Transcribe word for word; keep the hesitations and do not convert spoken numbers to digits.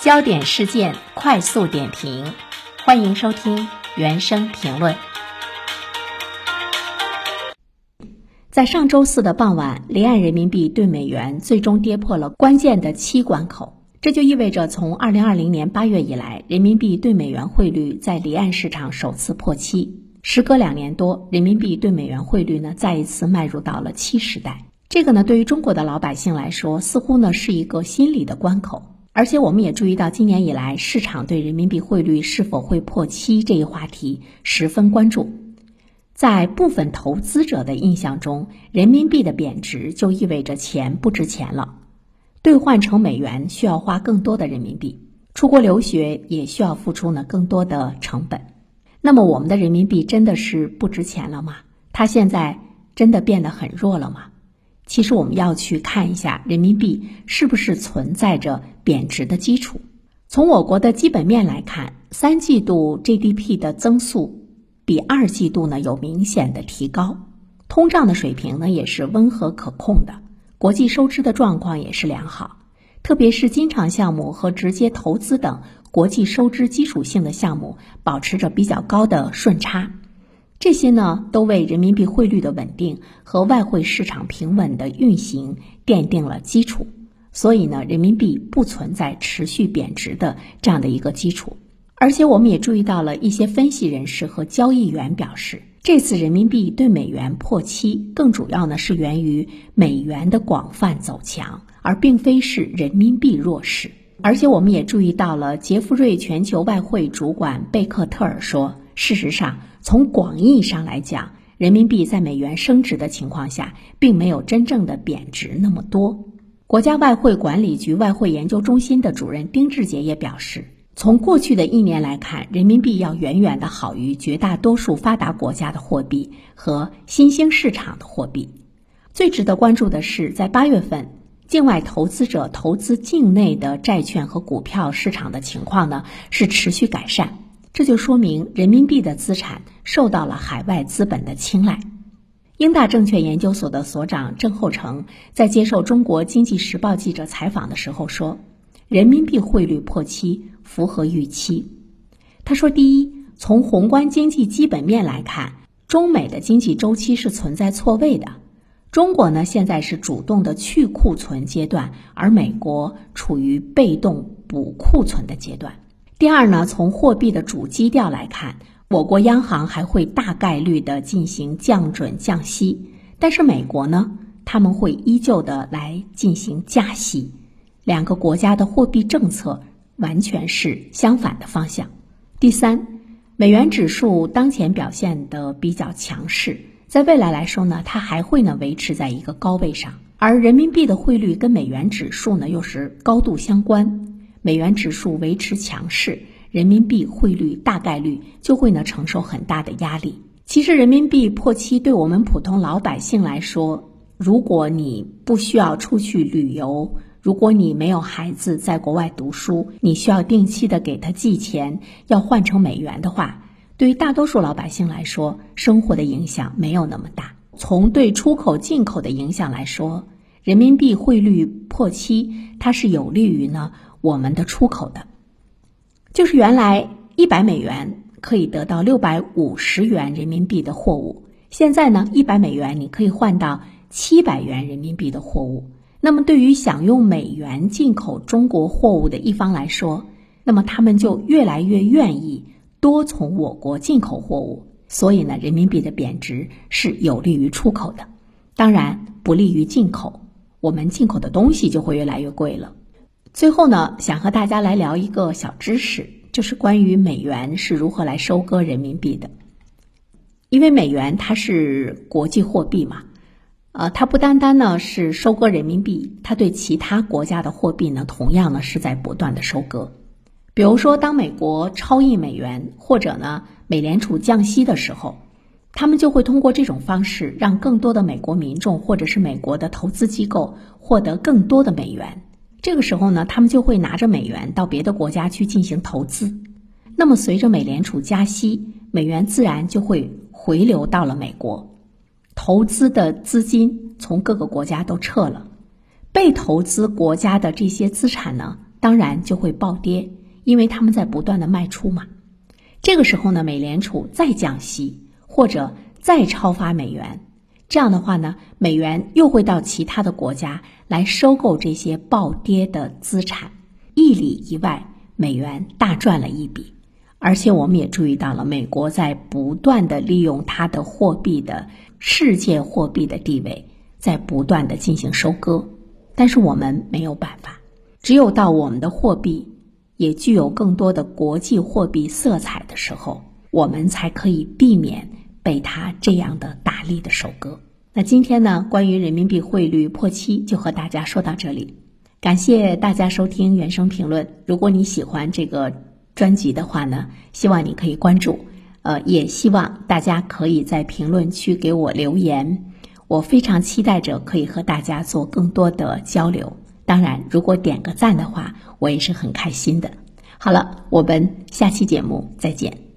焦点事件快速点评，欢迎收听原声评论。在上周四的傍晚，离岸人民币对美元最终跌破了关键的七关口，这就意味着从二零二零年八月以来，人民币对美元汇率在离岸市场首次破七。时隔两年多，人民币对美元汇率呢再一次迈入到了七时代。这个呢对于中国的老百姓来说，似乎呢是一个心理的关口。而且我们也注意到，今年以来市场对人民币汇率是否会破七这一话题十分关注。在部分投资者的印象中，人民币的贬值就意味着钱不值钱了，兑换成美元需要花更多的人民币，出国留学也需要付出呢更多的成本。那么我们的人民币真的是不值钱了吗？它现在真的变得很弱了吗？其实我们要去看一下人民币是不是存在着贬值的基础。从我国的基本面来看，三季度 G D P 的增速比二季度呢有明显的提高，通胀的水平呢也是温和可控的，国际收支的状况也是良好，特别是经常项目和直接投资等国际收支基础性的项目保持着比较高的顺差。这些呢都为人民币汇率的稳定和外汇市场平稳的运行奠定了基础，所以呢人民币不存在持续贬值的这样的一个基础。而且我们也注意到了一些分析人士和交易员表示，这次人民币对美元破七更主要呢是源于美元的广泛走强，而并非是人民币弱势。而且我们也注意到了杰弗瑞全球外汇主管贝克特尔说，事实上从广义上来讲，人民币在美元升值的情况下并没有真正的贬值那么多。国家外汇管理局外汇研究中心的主任丁志杰也表示，从过去的一年来看，人民币要远远的好于绝大多数发达国家的货币和新兴市场的货币。最值得关注的是，在八月份境外投资者投资境内的债券和股票市场的情况呢是持续改善，这就说明人民币的资产受到了海外资本的青睐。英大证券研究所的所长郑厚成在接受中国经济时报记者采访的时候说，人民币汇率破七符合预期。他说，第一，从宏观经济基本面来看，中美的经济周期是存在错位的。中国呢现在是主动的去库存阶段，而美国处于被动补库存的阶段。第二呢，从货币的主基调来看，我国央行还会大概率的进行降准降息，但是美国呢，他们会依旧的来进行加息。两个国家的货币政策完全是相反的方向。第三，美元指数当前表现得比较强势，在未来来说呢，它还会呢维持在一个高位上，而人民币的汇率跟美元指数呢又是高度相关。美元指数维持强势，人民币汇率大概率就会呢承受很大的压力。其实人民币破七对我们普通老百姓来说，如果你不需要出去旅游，如果你没有孩子在国外读书，你需要定期的给他寄钱，要换成美元的话，对于大多数老百姓来说，生活的影响没有那么大。从对出口进口的影响来说，人民币汇率破七，它是有利于呢我们的出口的。就是原来一百美元可以得到六百五十元人民币的货物，现在呢一百美元你可以换到七百元人民币的货物。那么对于想用美元进口中国货物的一方来说，那么他们就越来越愿意多从我国进口货物，所以呢人民币的贬值是有利于出口的，当然不利于进口，我们进口的东西就会越来越贵了。最后呢，想和大家来聊一个小知识，就是关于美元是如何来收割人民币的。因为美元它是国际货币嘛，呃，它不单单呢是收割人民币，它对其他国家的货币呢，同样呢是在不断的收割。比如说，当美国超印美元，或者呢美联储降息的时候，他们就会通过这种方式，让更多的美国民众或者是美国的投资机构获得更多的美元。这个时候呢，他们就会拿着美元到别的国家去进行投资。那么随着美联储加息，美元自然就会回流到了美国，投资的资金从各个国家都撤了，被投资国家的这些资产呢， 当然就会暴跌，因为他们在不断的卖出嘛。这个时候呢，美联储再降息或者再超发美元，这样的话呢，美元又会到其他的国家来收购这些暴跌的资产，一里一外，美元大赚了一笔。而且我们也注意到了，美国在不断的利用它的货币的世界货币的地位，在不断的进行收割。但是我们没有办法，只有到我们的货币也具有更多的国际货币色彩的时候，我们才可以避免被它这样的大力的收割。那今天呢，关于人民币汇率破七就和大家说到这里，感谢大家收听原声评论。如果你喜欢这个专辑的话呢，希望你可以关注，呃，也希望大家可以在评论区给我留言，我非常期待着可以和大家做更多的交流。当然，如果点个赞的话，我也是很开心的。好了，我们下期节目再见。